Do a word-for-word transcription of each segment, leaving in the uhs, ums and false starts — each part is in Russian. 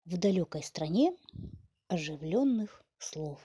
В далекой стране оживленных слов.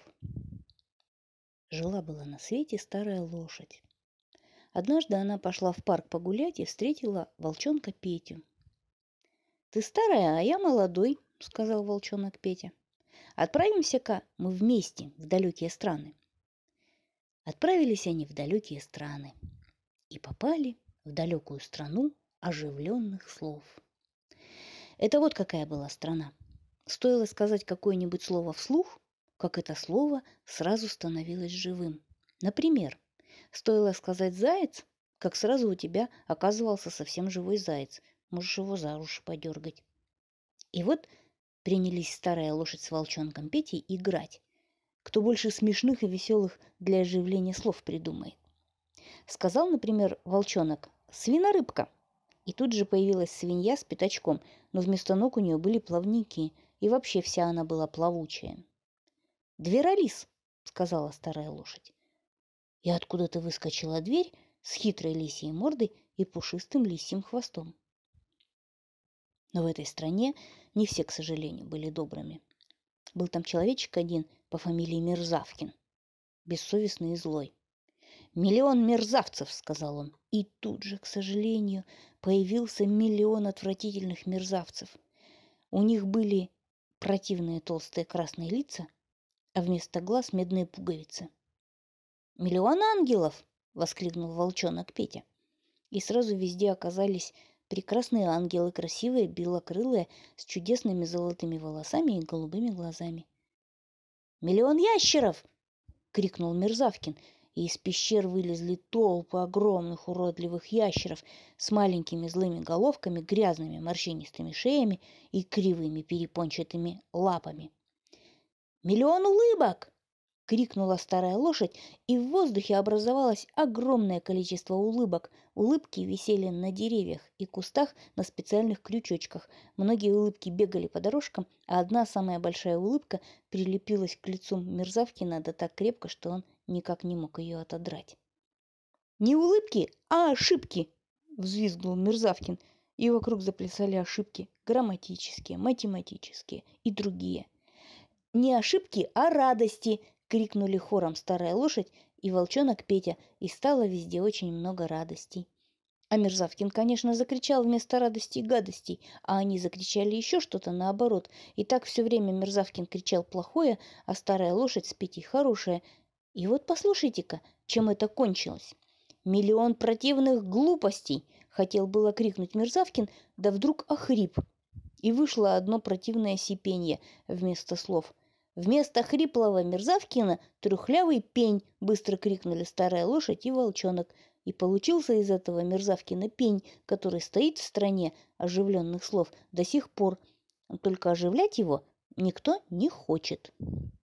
Жила-была на свете старая лошадь. Однажды она пошла в парк погулять и встретила волчонка Петю. «Ты старая, а я молодой», — сказал волчонок Петя. «Отправимся-ка мы вместе в далекие страны». Отправились они в далекие страны и попали в далекую страну оживленных слов. Это вот какая была страна. Стоило сказать какое-нибудь слово вслух, как это слово сразу становилось живым. Например, стоило сказать «заяц», как сразу у тебя оказывался совсем живой заяц. Можешь его за уши подергать. И вот принялись старая лошадь с волчонком Петей играть. Кто больше смешных и веселых для оживления слов придумает. Сказал, например, волчонок «свинорыбка». И тут же появилась свинья с пятачком, но вместо ног у нее были плавники, и вообще вся она была плавучая. «Дверолис», — сказала старая лошадь. И откуда-то выскочила дверь с хитрой лисьей мордой и пушистым лисьим хвостом. Но в этой стране не все, к сожалению, были добрыми. Был там человечек один по фамилии Мерзавкин, бессовестный и злой. «Миллион мерзавцев», — сказал он. И тут же, к сожалению, появился миллион отвратительных мерзавцев. У них были противные толстые красные лица, а вместо глаз медные пуговицы. «Миллион ангелов!» — воскликнул волчонок Петя. И сразу везде оказались прекрасные ангелы, красивые, белокрылые, с чудесными золотыми волосами и голубыми глазами. «Миллион ящеров!» — крикнул Мерзавкин, и из пещер вылезли толпы огромных уродливых ящеров с маленькими злыми головками, грязными морщинистыми шеями и кривыми перепончатыми лапами. «Миллион улыбок!» — крикнула старая лошадь, и в воздухе образовалось огромное количество улыбок. Улыбки висели на деревьях и кустах на специальных крючочках. Многие улыбки бегали по дорожкам, а одна самая большая улыбка прилепилась к лицу Мерзавкина да так крепко, что он никак не мог ее отодрать. «Не улыбки, а ошибки!» — взвизгнул Мерзавкин, и вокруг заплясали ошибки грамматические, математические и другие. «Не ошибки, а радости!» — крикнули хором старая лошадь и волчонок Петя, и стало везде очень много радостей. А Мерзавкин, конечно, закричал вместо радостей гадостей, а они закричали еще что-то наоборот. И так все время Мерзавкин кричал плохое, а старая лошадь с Петей хорошее. И вот послушайте-ка, чем это кончилось. «Миллион противных глупостей!» — хотел было крикнуть Мерзавкин, да вдруг охрип. И вышло одно противное сипенье вместо слов. «Вместо хриплого Мерзавкина трухлявый пень!» — быстро крикнули старая лошадь и волчонок. И получился из этого Мерзавкина пень, который стоит в стране оживленных слов до сих пор. Только оживлять его никто не хочет.